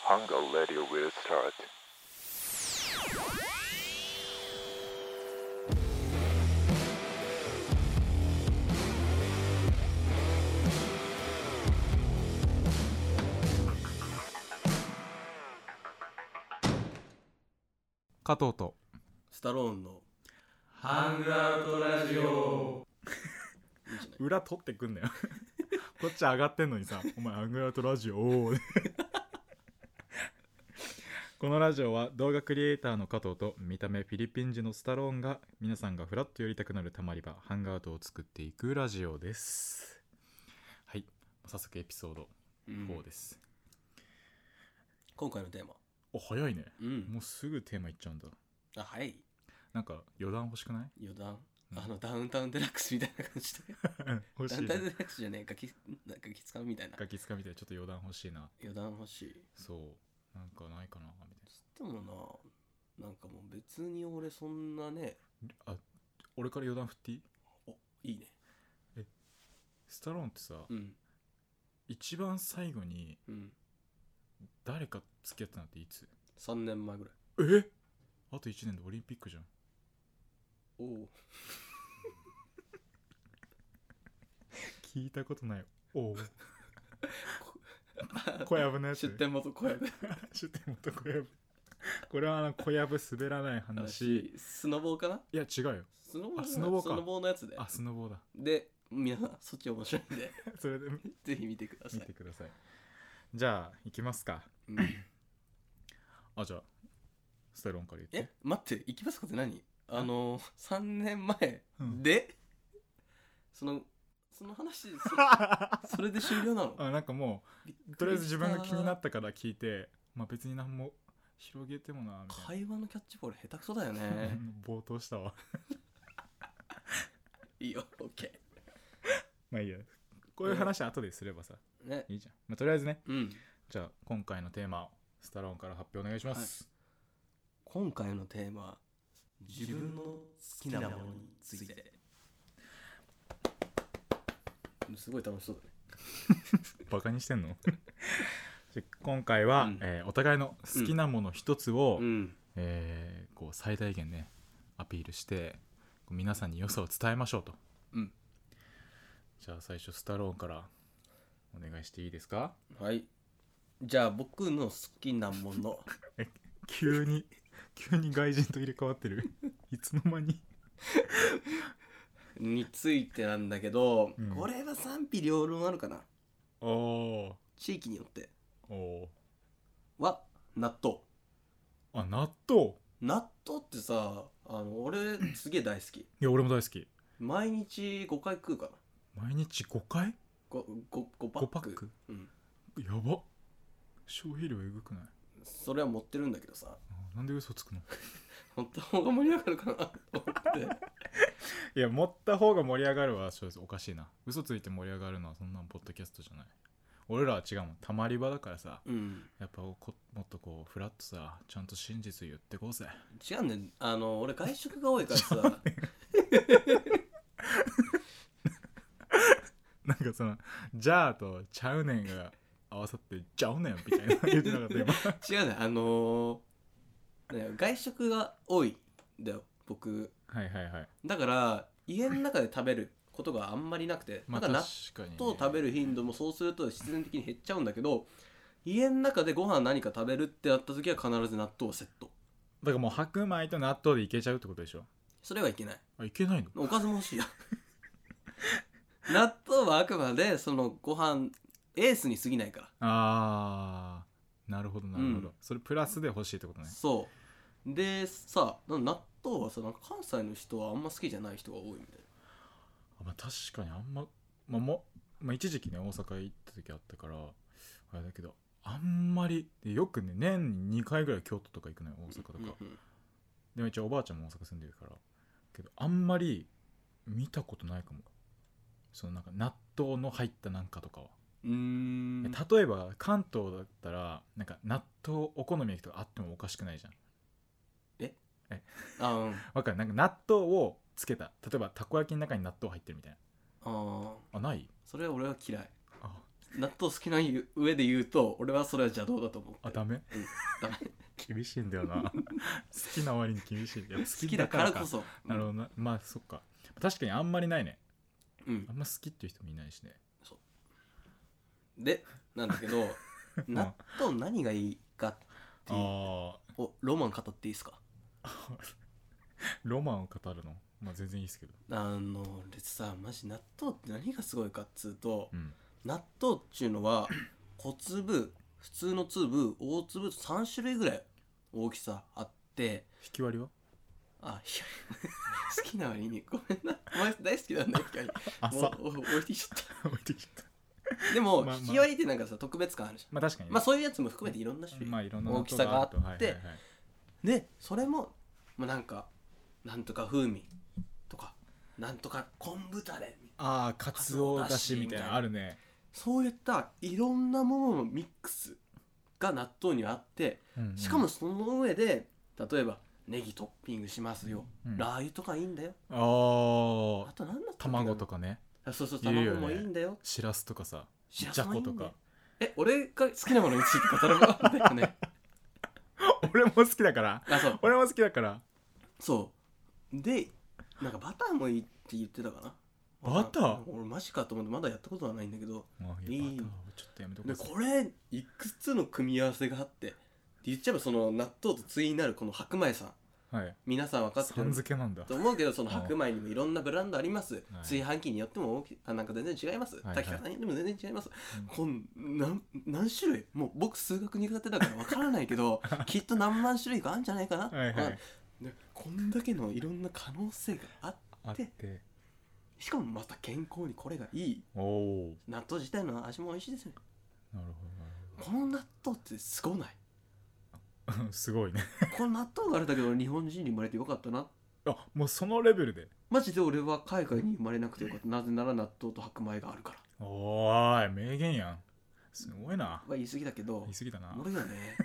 Hunger Radio will start. 加藤とスタローンのハングアウトラジオ裏取ってくんだよこっち上がってんのにさ、お前ハングアウトラジオこのラジオは動画クリエイターの加藤と見た目フィリピン人のスタローンが皆さんがフラッと寄りたくなるたまり場ハングアウトを作っていくラジオです。はい、早速エピソード4です、 今回のテーマ、 お早いね、 うんもうすぐテーマいっちゃうんだ。 あ、はい、 なんか余談欲しくない？ 余談、ダウンタウンデラックスみたいな感じで欲しい、 ダウンタウンデラックスじゃねえ、なんかつかみみたいな、 ガキつかみたい、ちょっと余談欲しいな。 余談欲しい。 そう、なんかないかなみたいでもな、なんかもう別に俺そんなね。 な。あ、俺から余談振っていい？ お、いいね。 スタローンってさ、 うん一番最後にうん誰か付き合ったのっていつ？ 3年前ぐらい。 あと1年でオリンピックじゃん。 おお聞いたことない。おお小籔のやつ。 出店元小籔出店元小籔。これは小籔滑らない話。 スノボーかな。 いや違うよ。 スノボーか。 スノボーか。 スノボーのやつで。 あ、スノボーだ。 で、皆さんそっち面白いんでそれでぜひ見てください。 見てください。じゃあ行きますか。 うんあ、じゃあスタローンから言って。 待って、行きますかって何？3年前うんで、その話それで終了なの？ あ、なんかもうとりあえず自分が気になったから聞いて、まあ別に何も広げてもなみたいな。 会話のキャッチボール下手くそだよね冒頭したわいいよ、オッケまあいいや、こういう話後ですればさ、 ーね。 いいじゃん。まあとりあえずね、 うんじゃあ今回のテーマをスタローンから発表お願いします、 今回のテーマは自分の好きなものについて。すごい楽しそうだね。 バカにしてんのじゃあ今回は、お互いの好きなもの一つを、こう最大限ねアピールして皆さんに良さを伝えましょうと。じゃあ最初スタローンからお願いしていいですか？ はい、じゃあ僕の好きなもの急に外人と入れ替わってるいつの間にについてなんだけど、 うんこれは賛否両論あるかな。 お地域によっておは納豆。 あ、納豆。 納豆ってさ、俺すげえ大好き。 いや俺も大好き。 毎日5回食うかな。 毎日5回 5パック。 5パックうん。 やば、消費量えぐくない？ それは持ってるんだけどさ、 あ、なんで嘘つくの本当の方が盛り上がるかなと思っていや持った方が盛り上がるは正直おかしいな。嘘ついて盛り上がるのはそんなんポッドキャストじゃない。俺らは違うもん、たまり場だからさ、やっぱもっとこうフラッとさ、ちゃんと真実言ってこうぜ。 違うんだよ。俺外食が多いからさなんかそのじゃあとちゃうねんが合わさってちゃうねんみたいな言ってなかった今違うね、外食が多いんだよ僕。 はいはいはい。 だから家の中で食べることがあんまりなくて、 まあだから確かに、ね、 納豆を食べる頻度もそうすると必然的に減っちゃうんだけど、家の中でご飯何か食べるってなった時は必ず納豆をセット。 だからもう白米と納豆でいけちゃうってことでしょ？ それはいけない。 あ、いけないの？ おかずも欲しいよ納豆はあくまでそのご飯エースに過ぎないから。 あー、なるほどなるほど、それプラスで欲しいってことね。 そうでさ、納豆はさ、なんか関西の人はあんま好きじゃない人が多いみたいな。 まあ、確かにあんま、一時期ね大阪行った時あったからあれだけど、あんまりでよくね年に2回ぐらい京都とか行くのよ、大阪とか、でも一応おばあちゃんも大阪住んでるからけど、あんまり見たことないかも。そのなんか納豆の入ったなんかとかは。例えば関東だったらなんか納豆お好み焼きとかあってもおかしくないじゃん。わかる？なんか納豆をつけた、例えばたこ焼きの中に納豆入ってるみたいな。あ、ない？ それは俺は嫌い。 納豆好きな上で言うと俺はそれは邪道だと思う。 あダメダメ。 厳しいんだよな好きな割に厳しい。いや好きだからこそ。 なるほどな。まあそっか、確かにあんまりないね。 うんあんま好きっていう人もいないしね。 でなんだけど納豆何がいいかっていうあおロマン語っていいですか。 ロマンを語るのまあ全然いいですけど。 俺さマジ納豆って何がすごいかっつうと、 うん納豆っていうのは小粒普通の粒大粒と3種類ぐらい大きさあって、 引き割りはあいや好きな割にごめんなお前大好きなんだよ引き割り朝もう置いてきちゃっ置いてきた。 たでも、 まあまあ引き割りってなんかさ特別感あるじまあ確かにね、 ゃん。まあそういうやつも含めていろんな種類、 まあいろんな大きさがあって納豆はいはいはいでそれも、まあ、なんかなんとか風味とかなんとか昆布タレああかつおだしみたいなのあるね。 そういったいろんなもののミックスが納豆にはあって、 うんうん、 しかもその上で例えばネギトッピングしますよ、 うんラー油とかいいんだよ。 ああと何だったっけな卵とかね、 あそうそう言うよね卵もいいんだよ。 しらすとかさ、 しらじゃすもいいんだよことか。 俺が好きなものについて語るんだよね俺も好きだからあそう俺も好きだからそうでなんかバターもいいって言ってたかな。 バター俺マジかと思ってまだやったことはないんだけど、 あいいいやバターはちょっとやめとこでうぜ。 これいくつの組み合わせがあって言っちゃえばその納豆と対になるこの白米さん、 はい皆さん分かってさんる付けなんだ。 と思うけどその白米にもいろんなブランドあります、 はい炊飯器によっても大きなんか全然違います、 はいはい炊き方によっても全然違います、 うんこん何種類もう僕数学苦手だから分からないけどきっと何万種類かあるんじゃないかな、 はいはいでこんだけのいろんな可能性がああってしかもまた健康にこれがいいおお納豆自体の味も美味しいですね。 なるこの納豆ってすごないほどすごいねこの納豆があれだけど日本人に生まれてよかったな。 あもうそのレベルで。 マジで俺は海外に生まれなくてよかった。なぜなら納豆と白米があるからおーい名言やん。すごいな。 は言い過ぎだけど言い過ぎだな。 俺よね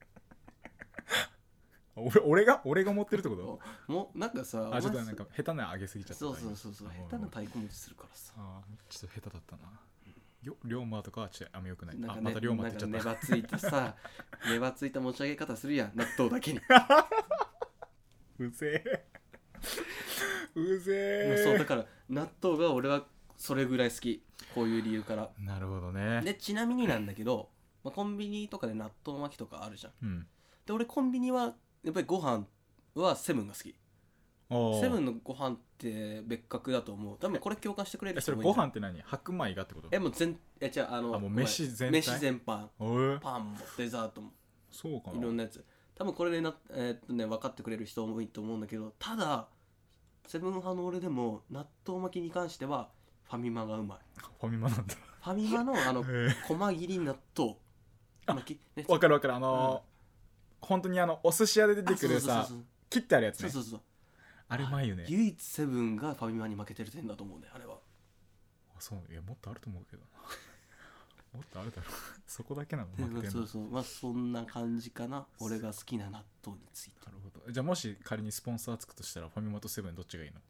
俺が持ってるってこともうなんかさあちょっとなんか下手な上げすぎちゃった。 そう下手な太鼓持ちするからさあちょっと下手だったな。龍馬とかはちょっとあんまよくない。 なんか、 あまた龍馬って言っちゃった。 なんか粘ついたさ粘ついた持ち上げ方するやん納豆だけにうぜえうぜえ。 そうだから納豆が俺はそれぐらい好き。こういう理由からなるほどね。 でちなみになんだけど、まあ、コンビニとかで納豆巻きとかあるじゃん。 うん。 で俺コンビニはやっぱりご飯はセブンが好き。 おーセブンのご飯って別格だと思う。多分これ共感してくれるそれ人もいる。 ご飯って何？白米がってこと？ もうじゃあもう飯全体飯全般パンもデザートもそうかな。 いろんなやつ多分これで分かってくれる人多いと思うんだけど、ただセブン派の俺でも納豆巻きに関してはファミマがうまい。 ファミマなんだ。 ファミマのへ細切り納豆巻きねわかるわかる。本当にお寿司屋で出てくるさそう切ってあるやつね。 そうそうそうあれうまいよね。 唯一セブンがファミマに負けてる点だと思うねあれは。 そういやもっとあると思うけどなもっとあるだろうそこだけなの負けてんの。 そうそうまあそんな感じかな俺が好きな納豆について。 なるほど。じゃあもし仮にスポンサーつくとしたらファミマとセブンどっちがいいの？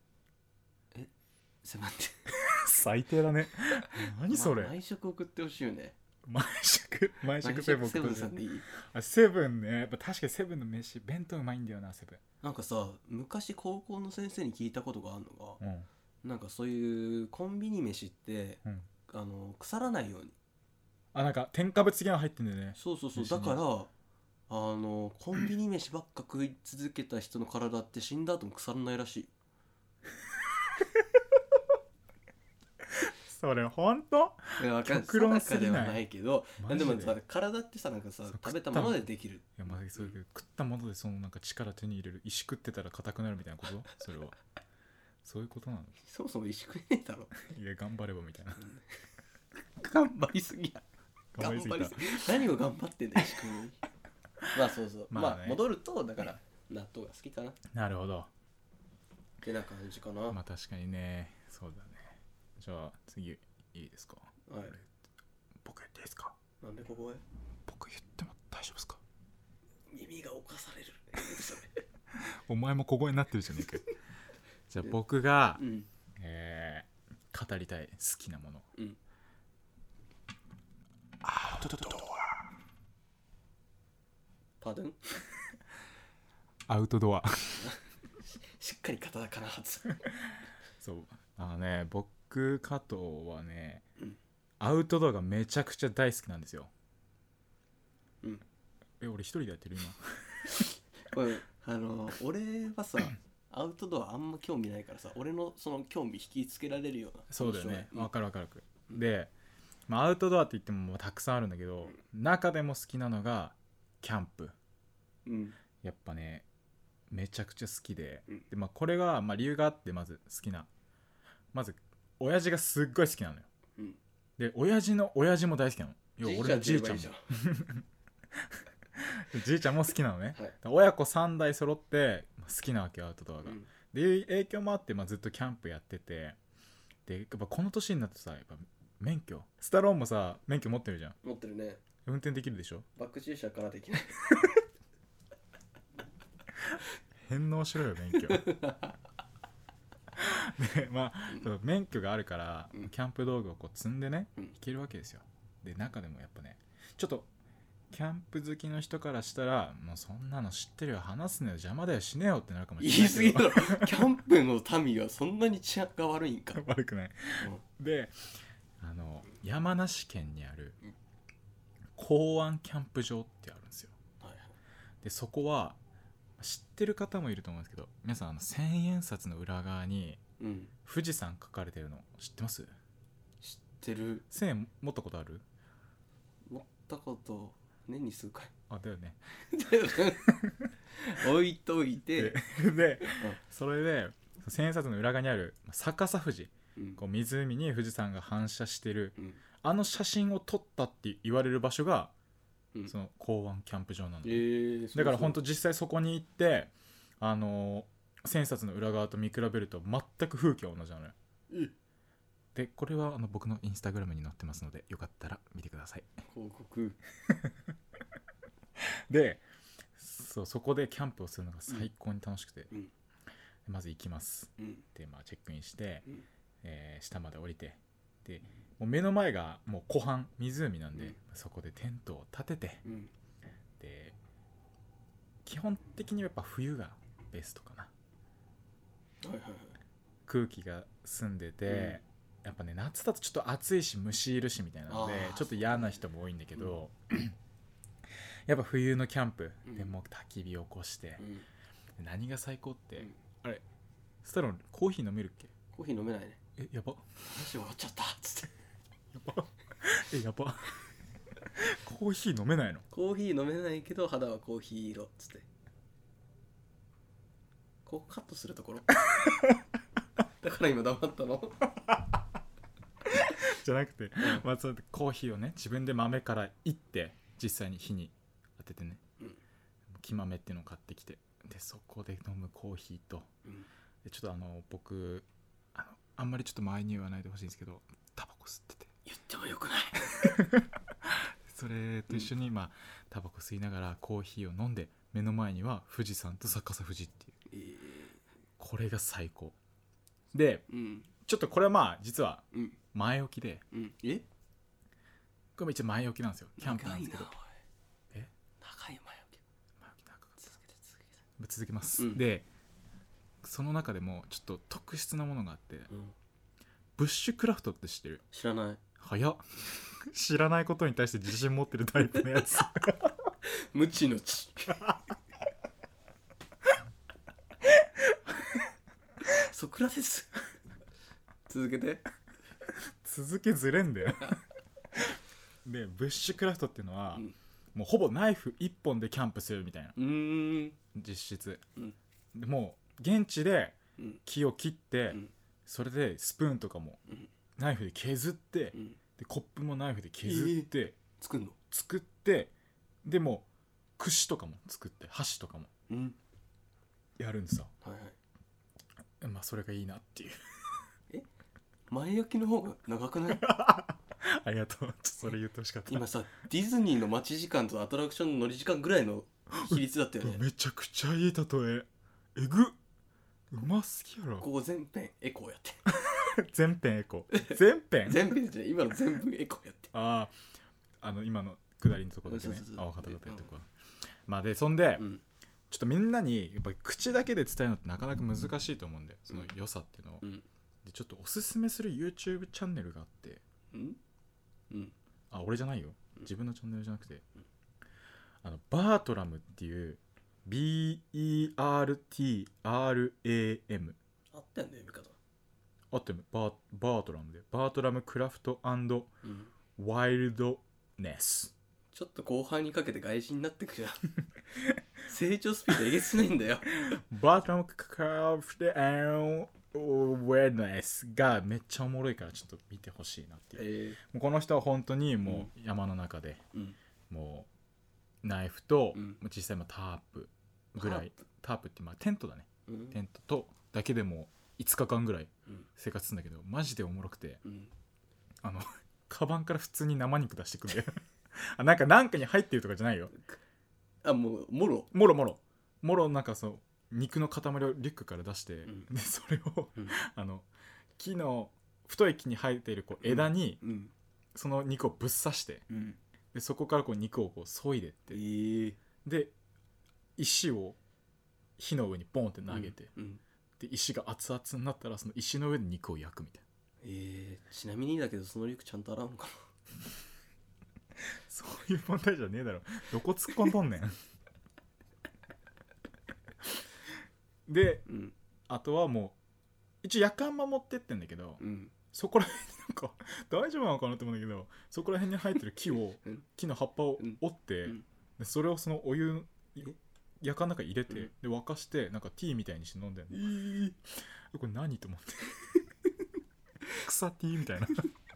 セブンって最低だね何それ。 毎食送ってほしいよね。 毎食セブンセブン送ってる。 さんでいい。 セブンねやっぱ確かにセブンの飯弁当うまいんだよなセブン。 なんかさ昔高校の先生に聞いたことがあるのが、 うんなんかそういうコンビニ飯って、 うん腐らないように。 あなんか添加物的なの入ってんだよね。 そうそうそう飯にだからコンビニ飯ばっか食い続けた人の体って死んだ後も腐らないらしい。 それほんといやわかんない極論すぎない定かではないけどマジででもさ体ってさなんかさそう食べたものでできる。 いやまあそういう食ったものでそのなんか力手に入れる。石食ってたら硬くなるみたいなことそれはそういうことなの？ そもそも石食えねえだろいや頑張ればみたいな頑張りすぎや頑張りすぎた。 何を頑張ってんだよ石食うのにまあそうそうまあねまあ戻るとだから納豆が好きかなっなるほど。 てな感じかな。 まあ確かにねそうだね。じゃあ次いいですか？ はい僕言っていいですか？ なんでここへ僕言っても大丈夫ですか？ 耳が侵されるお前も小声になってるじゃねえかよじゃあ僕が、 うん語りたい好きなもの、 うんパドゥンアウトドアしっかりカタカナ発そう僕加藤はね、 うんアウトドアがめちゃくちゃ大好きなんですよ。 うん俺一人でやってる今これ俺はさアウトドアあんま興味ないからさ、俺のその興味引きつけられるようなそうだよね、 うんわかるわかる。で、アウトドアって言ってもたくさんあるんだけど、中でも好きなのがキャンプ。 うんやっぱねめちゃくちゃ好きで、 うんでこれが理由があって、まず好きな、まず親父がすっごい好きなのよ。 うんで親父の親父も大好きなの。要は俺のじいちゃんもじいちゃんじいちゃんも好きなのね、 はい親子3代揃って好きなわけよ、アウトドアが。 うんでいう影響もあって、ずっとキャンプやってて、でやっぱこの年になってさ、やっぱ免許、スタローンもさ免許持ってるじゃん。 持ってるね。 運転できるでしょ。 バック駐車からできない返納しろよ免許でそう免許があるから、 うんキャンプ道具をこう積んでね、 うん行けるわけですよ。で中でもやっぱねちょっとキャンプ好きの人からしたら、もうそんなの知ってるよ、話すのよ、邪魔だよ、死ねよってなるかもしれない言い過ぎけどだろキャンプの民はそんなに治安が悪いんか悪くない、で山梨県にあるうん港湾キャンプ場ってあるんですよ。 はいはいでそこは知ってる方もいると思うんですけど、皆さん千円札の裏側にうん富士山書かれてるの知ってます？ 知ってる。 1000円持ったことある？ 持ったこと年に数回あだよね置いといてでそれで千円札の裏側にある逆さ富士、 うんこう湖に富士山が反射してるうんあの写真を撮ったって言われる場所が、 うんその港湾キャンプ場なの、 そうだから本当実際そこに行って千円札の裏側と見比べると全く風景は同じなのよ。でこれは僕のインスタグラムに載ってますので、よかったら見てください。 広告でそこでキャンプをするのが最高に楽しくて、 うんまず行きます。 うんでチェックインして、 うん下まで降りて、でもう目の前がもう湖畔湖なんで、 うんそこでテントを立てて、 うんで基本的にはやっぱ冬がベストかな。 はいはいはい空気が澄んでて、やっぱね夏だとちょっと暑いし虫いるしみたいなのであーちょっと嫌な人も多いんだけど、やっぱ冬のキャンプうんでもう焚き火を起こして、 うん何が最高って、 うんあれスタロンコーヒー飲めるっけ？ コーヒー飲めないね。 やば話終わっちゃったっつってやばやばコーヒー飲めないの？ コーヒー飲めないけど肌はコーヒー色っつってこうカットするところだから今黙ったのじゃなくて、そうやってコーヒーをね自分で豆からいって実際に火に当ててね、木豆っていうのを買ってきて、でそこで飲むコーヒーと、でちょっと僕あんまりちょっと前に言わないでほしいんですけど、タバコ吸ってて、 言ってもよくないそれと一緒にタバコ吸いながらコーヒーを飲んで、目の前には富士山と逆さ富士っていう、これが最高で、ちょっとこれは実は前置きで、これも一応前置きなんですよ、キャンプなんですけど、 長いなおい長いよ前置き続けます、 うんでその中でもちょっと特殊なものがあって、ブッシュクラフトって知ってる？ 知らない。 早っ知らないことに対して自信持ってるタイプのやつ無知の知ソクラテス続けて。 続けずれんだよでブッシュクラフトっていうのは、 うんもうほぼナイフ1本でキャンプするみたいな実質、 うんでもう現地でうん木を切って、 うんそれでスプーンとかもうんナイフで削って、 うんでコップもナイフで削って、 作んの。 作ってでも串とかも作って箸とかもうんやるんですよ。 はいはい。 それがいいなっていう前置きの方が長くない？ ありがとう。ちょっとそれ言ってほしかった。 今さディズニーの待ち時間とアトラクションの乗り時間ぐらいの比率だったよね。 めちゃくちゃいい例え。えぐっ、うますぎやろ。 ここ全編エコーやって全編エコ全編全編じゃない今の全部エコーやって。 今の下りのところだけね。 そうあ、分かった分かったとこは。まあでそんで、 うんちょっとみんなにやっぱり口だけで伝えるのってなかなか難しいと思うんだよ、その良さっていうのを、 うんでちょっとおすすめする YouTube チャンネルがあって、 うんうんあ、俺じゃないよ、自分のチャンネルじゃなくて、バートラムっていう BERTRAM あったよね読み方。 あってもバートラムでバートラムクラフト& うんワイルドネス。 ちょっと後半にかけて外人になってくじゃん成長スピードえげつないんだよバートラムクラフト&ワイルドネスがめっちゃおもろいからちょっと見てほしいなっていう。もうこの人は本当にもう山の中で、もうナイフと、実際タープぐらい、タープってテントだね、テントとだけでも5日間ぐらい生活するんだけど、マジでおもろくて、カバンから普通に生肉出してくんだよなんかに入ってるとかじゃないよ。 あ、もうもろなんかそう肉の塊をリュックから出して、でそれを、木の太い木に生えている枝に、その肉をぶっ刺して、でそこから肉を削いでって、で石を火の上にボンって投げて、で石が熱々になったらその石の上で肉を焼くみたいな。 ちなみにだけどそのリュックちゃんと洗うのかなそういう問題じゃねえだろ、どこ突っ込んどんねんで、あとはもう一応夜間守ってってんだけど、そこら辺になんか大丈夫なのかなって思うんだけど、そこら辺に生えてる木を木の葉っぱを折って、でそれをそのお湯夜間の中に入れて、で沸かしてなんかティーみたいにして飲んでんの。これ何と思って草ティーみたいな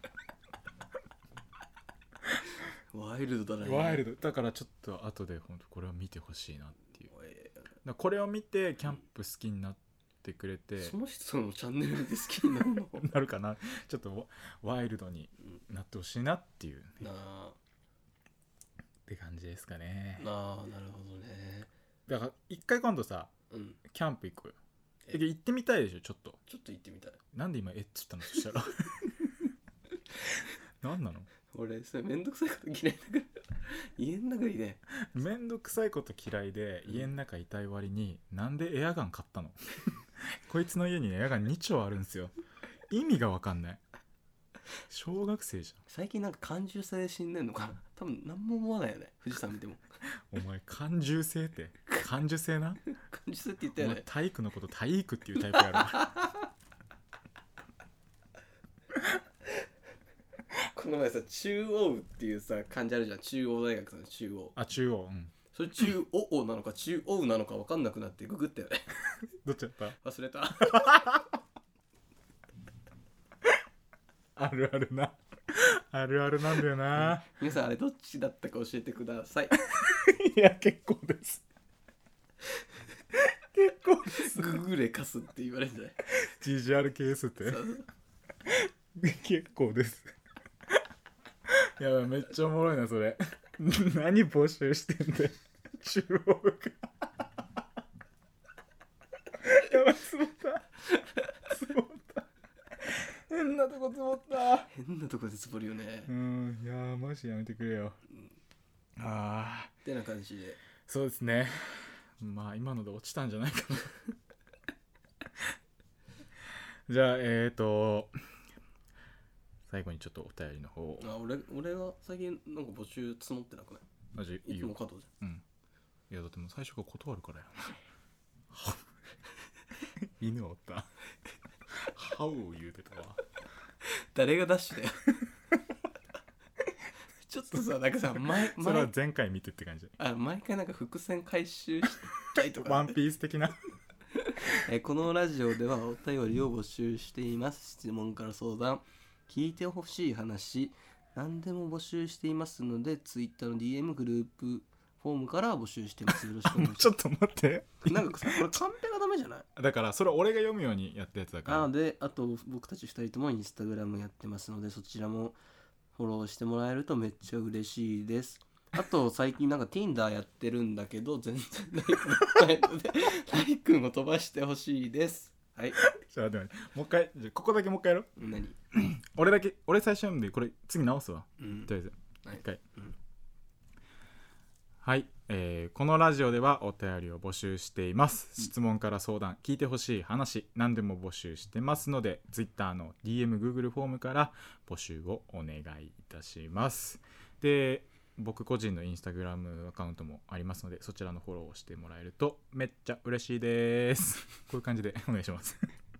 ワイルドだね。 ワイルドだからちょっと後で本当これを見てほしいなっていう。だこれを見てキャンプ好きになってくれて、 その人のチャンネルで好きになるのなるかな。ちょっとワイルドになってほしいなっていう、 なあって感じですかね。 なるほどね。 だから一回今度さ、キャンプ行こうよ。行ってみたいでしょ。ちょっと行ってみたい。 なんで今っつったのそしたら何なの。 俺それめんどくさいこと嫌いだから家の中にね、 めんどくさいこと嫌いで家の中いたい割になんでエアガン買ったのこいつの家にエアガン2丁あるんですよ。意味が分かんない。小学生じゃん。 最近なんか感受性で死んでんのかな。多分何も思わないよね、富士山見ても。 お前感受性って感受性な感受性って言ったよね。 体育のこと体育っていうタイプやろこの前さ、中央っていうさ漢字あるじゃん。中央大学の中央。 あ、中央。 それ中央なのか中央なのか分かんなくなってググったよねどっちやった。 忘れたあるあるな。あるあるなんだよな。 皆さんあれどっちだったか教えてくださいいや結構です結構ですググレカスって言われるんじゃない。 GGRKS って結構ですやばい、めっちゃおもろいなそれ何募集してんだよ中央がやばい、つぼった変なとこつぼった。 変なとこでつぼるよね。 いやーマジやめてくれよ。ああってな感じで。 そうですね。まあ今ので落ちたんじゃないかなじゃあ最後にちょっとお便りの方。 俺は最近なんか募集募ってなくない？ マジいいよ。 いつも加藤じゃん。いやだってもう最初から断るからよ犬おったハウを言うてたわ。 誰がダッシュだよちょっとさ、なんかさ、 それは前回見てって感じ。 毎回なんか伏線回収したいとか、 ワンピース的なこのラジオではお便りを募集しています。質問から相談、聞いてほしい話、何でも募集していますので、Twitter の DM グループフォームから募集しています。よろしくお願いしますちょっと待ってなんかさ、これカンペがダメじゃない？ だからそれ俺が読むようにやったやつだから。 なので、あと僕たち2人ともインスタグラムやってますので、そちらもフォローしてもらえるとめっちゃ嬉しいです。あと最近なんか Tinder やってるんだけど全然ライクがないのでライクも飛ばしてほしいです。はい。 じゃあでももう一回、じゃあここだけもう一回やろう。 何？ 俺最初読んでこれ次直すわ。とりあえずはい一回、 うんはい、このラジオではお便りを募集しています。質問から相談、聞いてほしい話、何でも募集してますので Twitter の DM、Google フォームから募集をお願いいたします。で、僕個人のインスタグラムアカウントもありますので、そちらのフォローしてもらえるとめっちゃ嬉しいですこういう感じでお願いします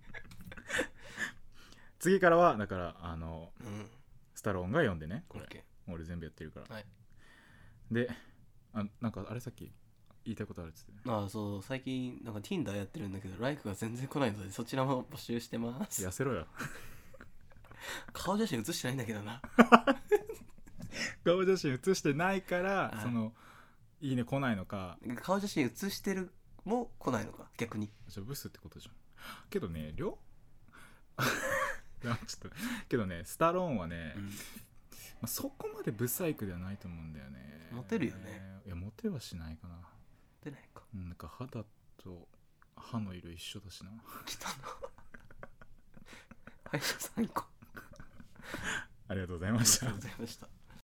次からはだからうんスタローンが読んでね、これ OK 俺全部やってるから、 はいで、なんかあれさっき言いたいことあるっつってね。 ああそう最近なんか Tinder やってるんだけどライクが全然来ないのでそちらも募集してます痩せろよ顔写真写してないんだけどな顔写真写してないからはいそのいいね来ないのか、 顔写真写してるも来ないのか逆にじゃあブスってことじゃん。けどねちょっとけどねスタローンはね、そこまでブサイクではないと思うんだよね。 モテるよね。 いやモテはしないかな。 出ないかなんか肌と歯の色一緒だしな。 来たなはい最高ありがとうございましたありがとうございました